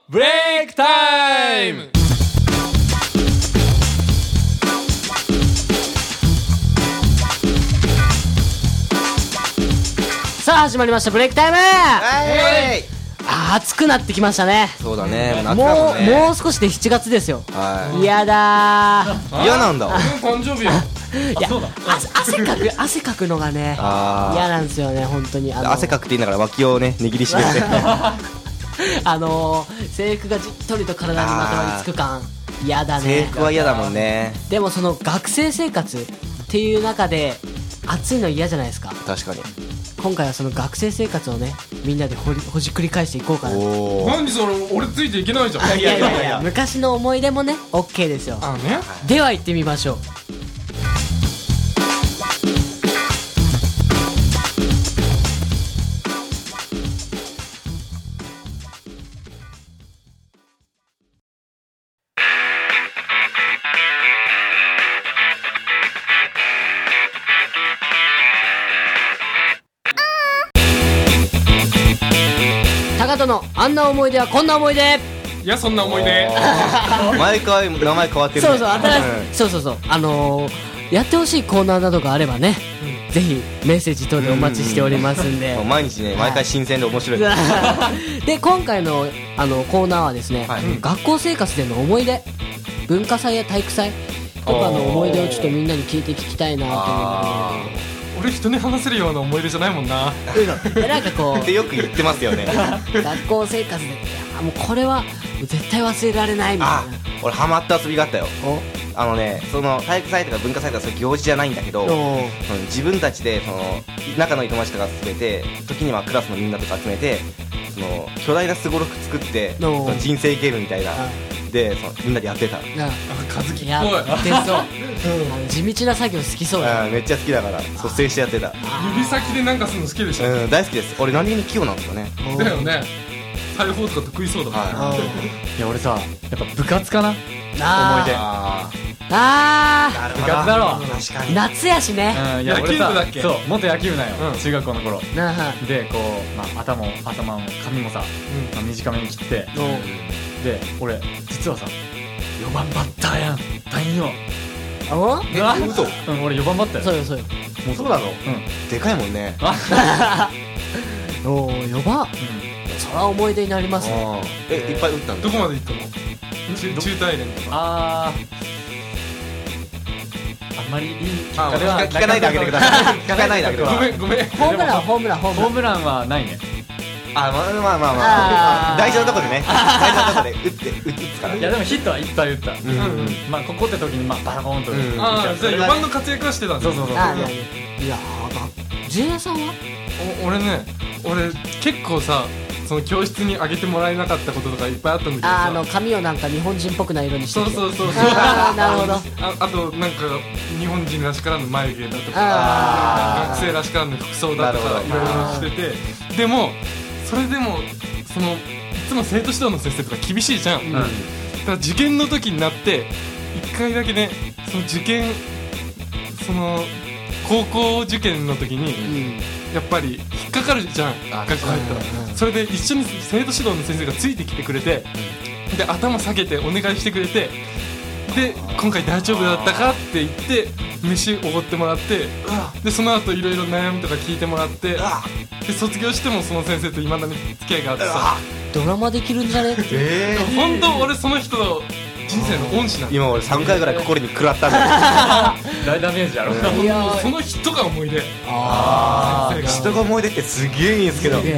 ブレイクタイム。 さあ始まりましたブレイクタイム。暑くなってきましたね。 そうだね、夏だもんね。 もう少しで7月ですよ。嫌だー。 嫌なんだ。 誕生日や。 いや、汗かくのがね嫌なんですよね、本当に。 汗かくって言いながら脇をね握りしめて制服がじっとりと体にまとわりつく感嫌だね。 制服は嫌だもんね。 でもその学生生活っていう中で暑いの嫌じゃないですか。 確かに。 今回はその学生生活をねみんなでほじくり返していこうかな。 何それ、俺ついていけないじゃん。 いや昔の思い出もね OK ですよ。 ね。 では行ってみましょう。高人のあんな思い出はこんな思い出。 いや、そんな思い出。 毎回名前変わってるね。 そうやってほしいコーナーなどがあればね、ぜひメッセージ等でお待ちしておりますんで、 毎日ね、毎回新鮮で面白い。 で今回のコーナーはですね、学校生活での思い出、文化祭や体育祭とかの思い出をちょっとみんなに聞いて聞きたいなと思って。 俺人に話せるような思い出じゃないもんな。 なんかこうってよく言ってますよね。 学校生活でもうこれは絶対忘れられないみたいな。 俺ハマった遊びがあったよ。その体育祭とか文化祭とかそういう行事じゃないんだけど、自分たちでその仲のいい友達とか集めて、時にはクラスのみんなとか集めて、その巨大なすごろく作って人生ゲームみたいなでみんなでやってた。 和樹っぽい。 やってそう地道な作業好きそうだ。 めっちゃ好きだから率先してやってた。 指先でなんかするの好きでしょ。 大好きです。俺何気に器用なんですよね。 だよね。裁縫とか得意そうだもん。 いや俺さ、やっぱ部活かな、思い出。部活だろ。 確かに夏やしね。 野球部だっけ。 そう、元野球部なんよ、中学校の頃で。こう頭も髪もさ短めに切って、で俺実はさ4番バッターやんたんよ。 嘘。 俺4番バッターや。 そうよもうそうなの。でかいもんね。 4番。それは思い出になりますね。 いっぱい打ったんだ。 どこまで行ったの？中大連とか。 あんまりいい結果では聞かないであげてください。聞かないであげてください。 ごめん。 ホームランはないね。 まあ大事なとこでね、大事なとこで打つから。 いやでもヒットはいっぱい打った。まあここって時にバコーンと。 じゃあ4番の活躍はしてたんだ。 そう。 いやジュニアさんは？ 俺結構さ、その教室にあげてもらえなかったこととかいっぱいあったんだけどさ、 髪をなんか日本人っぽくない色にしてきて。 そうなるほど。あとなんか日本人らしからぬ眉毛だとか、学生らしからぬ服装だとかいろいろしてて、でもそれでもそのいつも生徒指導の先生とか厳しいじゃん。だから受験の時になって1回だけね、その受験、その高校受験の時にやっぱり引っかかるじゃん、学校入ったら。それで一緒に生徒指導の先生がついてきてくれて、で頭下げてお願いしてくれて、で今回大丈夫だったかって言って飯おごってもらって、でその後いろいろ悩みとか聞いてもらって、で卒業してもその先生といまだに付き合いがあってさ、 ドラマできるんじゃね？ 本当俺その人の人生の恩師なんだ。 今俺3回ぐらい心に食らったんだよ。 大ダメージやろ。 その人が思い出。 人が思い出ってすげえいいんですけど。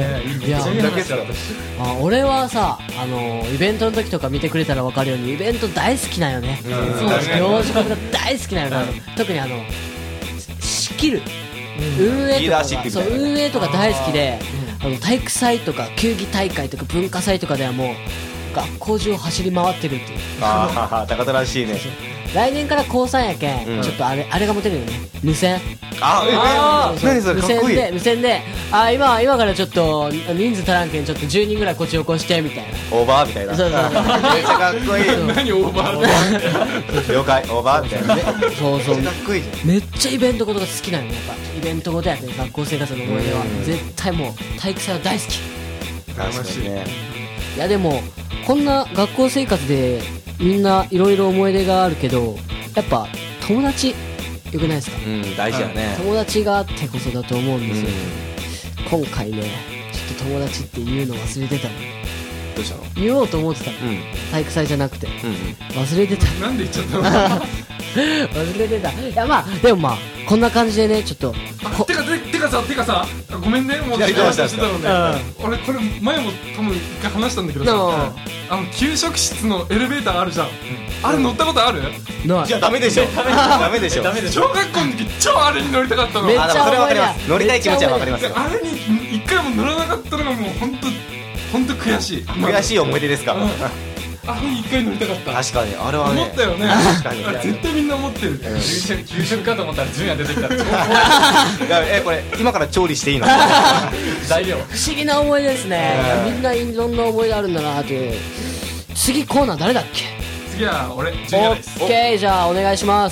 俺はさ、イベントの時とか見てくれたら分かるようにイベント大好きなんよね。行事が大好きなんよね。特に仕切る運営とか大好きで、体育祭とか球技大会とか文化祭とかではもう学校中を走り回ってるっていう。 高田らしいね。 来年から高3やけん、ちょっとあれが持てるよね、無線。 何それ、かっこいい。 無線で今からちょっと人数足らんけんちょっと10人ぐらいこっち起こしてみたいな。 オーバーみたいな。 そうめっちゃかっこいい。 何オーバーって。 了解、オーバーみたいな。 そうめっちゃかっこいいじゃん。 めっちゃイベントごとが好きなのよ。やっぱイベントごとやって学校生活の思い出は絶対もう体育祭は大好き。 確かにね。 いやでもこんな学校生活でみんないろいろ思い出があるけど、やっぱ友達よくないですか？ 大事だね。 友達があってこそだと思うんですよ、今回ねちょっと友達って言うの忘れてたの。 どうしたの？ 言おうと思ってたの、体育祭じゃなくて、忘れてた。 なんで言っちゃったの？ 忘れてた。いやまあでもまあこんな感じでねちょっとてかさごめんね、もう言ってましたしてたのね。俺これ前も多分一回話したんだけどさ、給食室のエレベーターあるじゃん、あれ乗ったことある？ ない。 いやダメでしょ。ダメでしょ。 小学校の時超あれに乗りたかったの。 めっちゃそれはわかります。乗りたい気持ちはわかりますよ。 あれに一回も乗らなかったのがもう本当悔しい。 悔しい思い出ですか？ あれに一回乗りたかった。 確かにあれはね。 思ったよね。 確かに。 絶対みんな思ってる。 給食かと思ったら純也出てきたら超怖い。 これ今から調理していいの？ 材料不思議な思いですね。みんないろんな思い出あるんだなって。次コーナー誰だっけ？ 次は俺純也です。 オッケー、じゃあお願いします。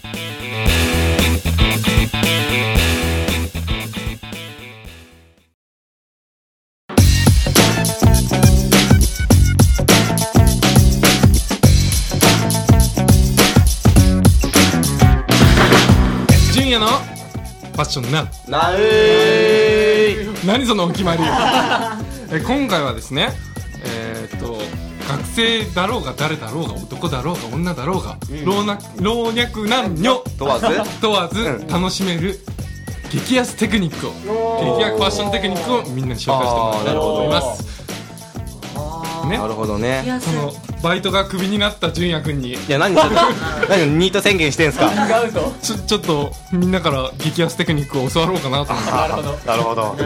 純也のファッションな何そのお決まり。今回はですね、学生だろうが誰だろうが男だろうが女だろうが、老若男女問わず楽しめる激安テクニックを、激安ファッションテクニックをみんなに紹介してもらいたいと思います。 なるほどね。 そのバイトがクビになった純也くんに、 いや何ニート宣言してんすか？ 違うぞ。 ちょっとみんなから激安テクニックを教わろうかなと思って。 なるほど。 なるほど。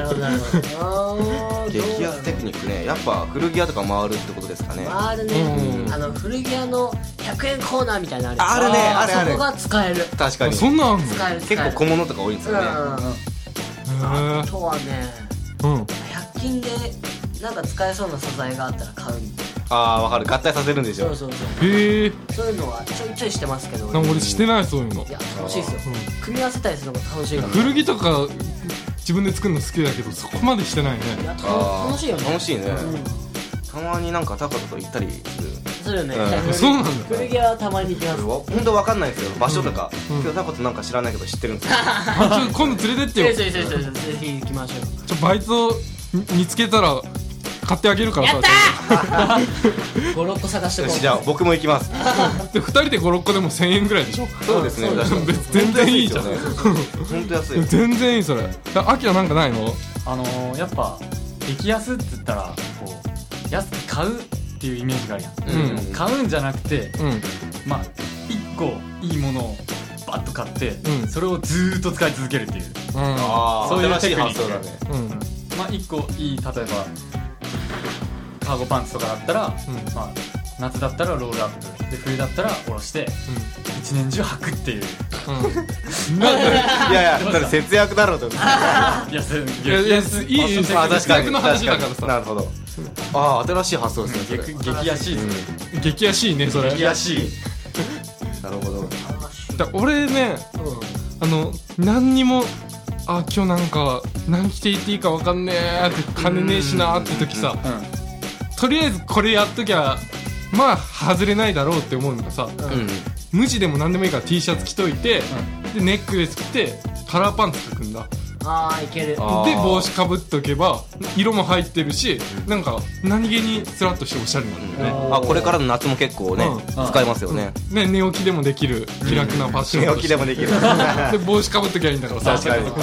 激安テクニックね、やっぱ古着屋とか回るってことですかね。 回るね。古着屋の100円コーナーみたいなのあるね。あるある。 そこが使える。 確かに。 そんなんあんの？ 使える。 結構小物とか多いんですよね。 あとはね、100均でなんか使えそうな素材があったら買う。 わかる。合体させるんでしょ。 そうへえ。 そういうのはちょいちょいしてますけど。 俺してない、そういうの。 いや楽しいですよ。組み合わせたりするのが楽しいから。 古着とか自分で作るの好きだけど、そこまでしてないね。 楽しいよね。 楽しいね。たまになんかタカと行ったりするよね。 そうなんだ。 古着はたまに行きます。 本当わかんないですよ、場所とか。けどタカとなんか知らないけど知ってるんですよ。 今度連れてってよ。 ぜひ行きましょう。 バイト見つけたら買ってあげるからさ。 やったー。5、6個探してこう。 じゃあ僕も行きます。 で2人で5、6個でも1000円ぐらいでしょ。 そうですね。 全然いいじゃん。 本当安い。 全然いいそれ。アキラなんかないの？ やっぱ激安って言ったらこう安く買うっていうイメージがあるやん。買うんじゃなくて、まあ1個いいものをバッと買って、それをずーっと使い続けるっていう、そういうテクニックだね。まあ1個いい、例えばカーゴパンツとかだったら、まあ夏だったらロールアップで、冬だったら下ろして一年中履くっていう。 いやだって節約だろうと。 いやいい節約の話だからさ。 なるほど。新しい発想ですね。 激安い激安いねそれ。 激安い。 なるほど。 俺ね、何にも今日なんか何着ていっていいか分かんねえって、金ねえしなーって時さ、とりあえずこれやっときゃまあ外れないだろうって思うのがさ、無地でも何でもいいから T シャツ着といて、でネックレス着てカラーパンツ履くんだ。 いける。で帽子かぶっとけば色も入ってるし、なんか何気にスラッとしておしゃれなんだよね。 これからの夏も結構ね使えますよね。 寝起きでもできる気楽なファッション。 寝起きでもできる。 で帽子かぶっときゃいいんだからさ。 確かに。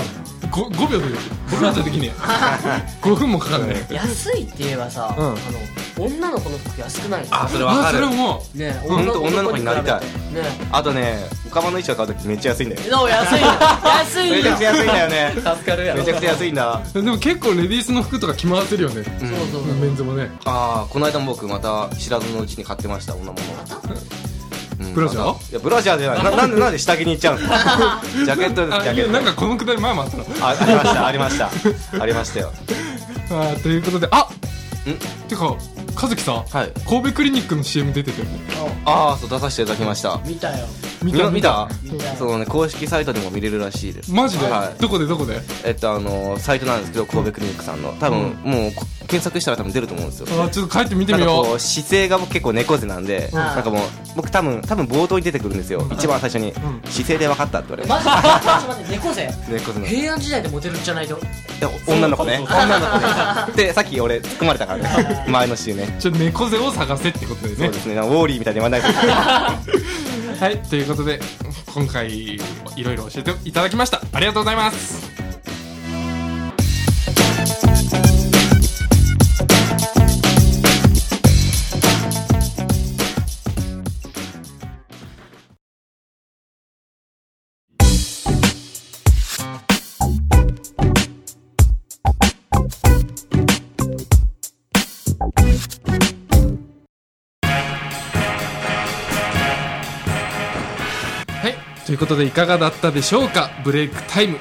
5秒で5秒じゃできねえ。5分もかかんねえ。 安いって言えばさ、女の子の服安くない？ それ分かる。 それもね、 本当女の子になりたい。あとね、カバンの位置を買うときめっちゃ安いんだよ。 安いめちゃくちゃ安いんだよね。 助かるやろ。 めちゃくちゃ安いんだ。 でも結構レディースの服とか着回せるよね。 そうメンズもね。 この間も僕また知らずのうちに買ってました、女物。 ブラジャー？ いやブラジャーじゃない。なんで下着に行っちゃうんですか？ジャケットです。ジャケット。 なんかこのくだり前もあったの。 ありましたよ。 ということで、てか和樹さ、神戸クリニックの CM 出てたよね。 そう出させていただきました。 見たよ。 見た？そのね、公式サイトでも見れるらしいです。 マジで？どこで？ サイトなんですけど、神戸クリニックさんの多分もう検索したら多分出ると思うんですよ。 ちょっと帰って見てみよう。 なんかこう姿勢が僕結構猫背なんで、なんかもう僕多分冒頭に出てくるんですよ、一番最初に、姿勢で分かったって言われて。 マジでちょっと待って、猫背猫背の平安時代でモテるんじゃないと。 女の子ね、女の子ねでさっき俺突っ込まれたからね前の週ね。 ちょっと猫背を探せってことでね。 そうですね、ウォーリーみたいに言わないとはい、ということで今回いろいろ教えていただきました。ありがとうございます。ということでいかがだったでしょうか、ブレイクタイム。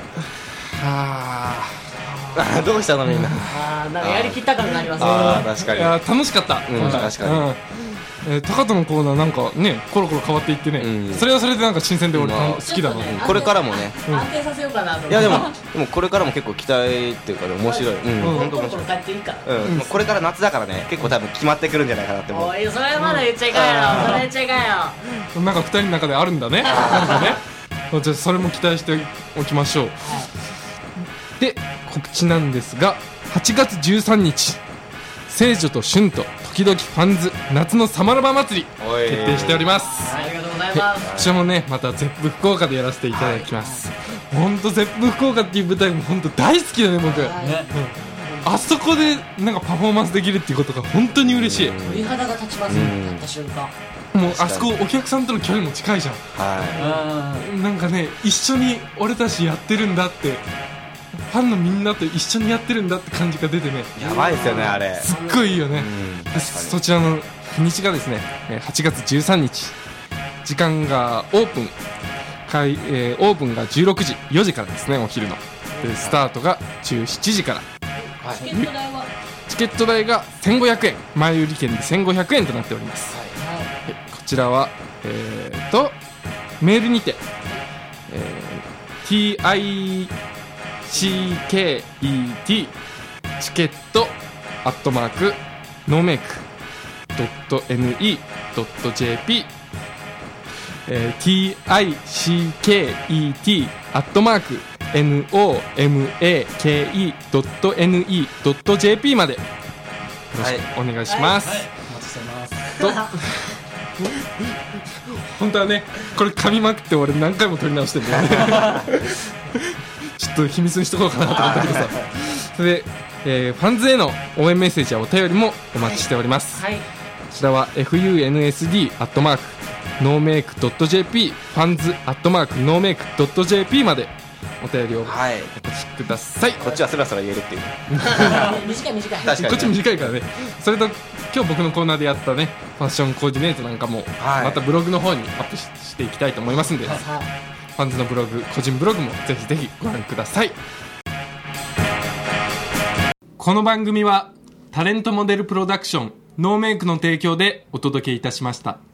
どうしたのみんな。 なんかやりきった感がありますね。 確かに。 いや楽しかった、 確かに。 高人のコーナーなんかねコロコロ変わっていってね、それはそれでなんか新鮮で俺好きだな。 これからもね安定させようかなと思って。 いやでもこれからも結構期待っていうか面白い。 本当面白い。帰っていいか。 これから夏だからね、結構多分決まってくるんじゃないかなって思う。 おい、それまだ言っちゃいかんやろ。それ言っちゃいかんよ。 なんか2人の中であるんだね。なんかね。じゃあそれも期待しておきましょう。で告知なんですが、8月13日聖女と春と時々ファンズ夏のサマラバ祭り決定しております。 ありがとうございます。 こちらもねまたゼップ福岡でやらせていただきます。本当ゼップ福岡っていう舞台も本当大好きだね僕。あそこでなんかパフォーマンスできるっていうことが本当に嬉しい。 鳥肌が立ちますね、立った瞬間。 もうあそこお客さんとの距離も近いじゃん。なんかね一緒に俺たちやってるんだって、ファンのみんなと一緒にやってるんだって感じが出てね、 やばいですよねあれ。 すっごいいいよね。そちらの日にちがですね8月13日、時間がオープンが16時4時からですね、お昼の。でスタートが17時から。チケット代が1500円、前売り券で1500円となっております。こちらはメールにて、TICKET チケットノーメイク.ne.jp TICKET NOMAKE.ne.jp までよろしくお願いします。 お待ちしてます。 本当はねこれ噛みまくって俺何回も撮り直してるんだよねちょっと秘密にしとこうかなと思ったけどさ。それで、ファンズへの応援メッセージやお便りもお待ちしております。こちらは funsd@nomake.jp ファンズ@nomake.jp までお便りをお待ちください。 こっちはスラスラ言えるっていう短い確かに、 こっち短いからね。それと今日僕のコーナーでやったねファッションコーディネートなんかもまたブログの方にアップしていきたいと思いますんで、ファンズのブログ、個人ブログもぜひぜひご覧ください。この番組はタレントモデルプロダクションノーメイクの提供でお届けいたしました。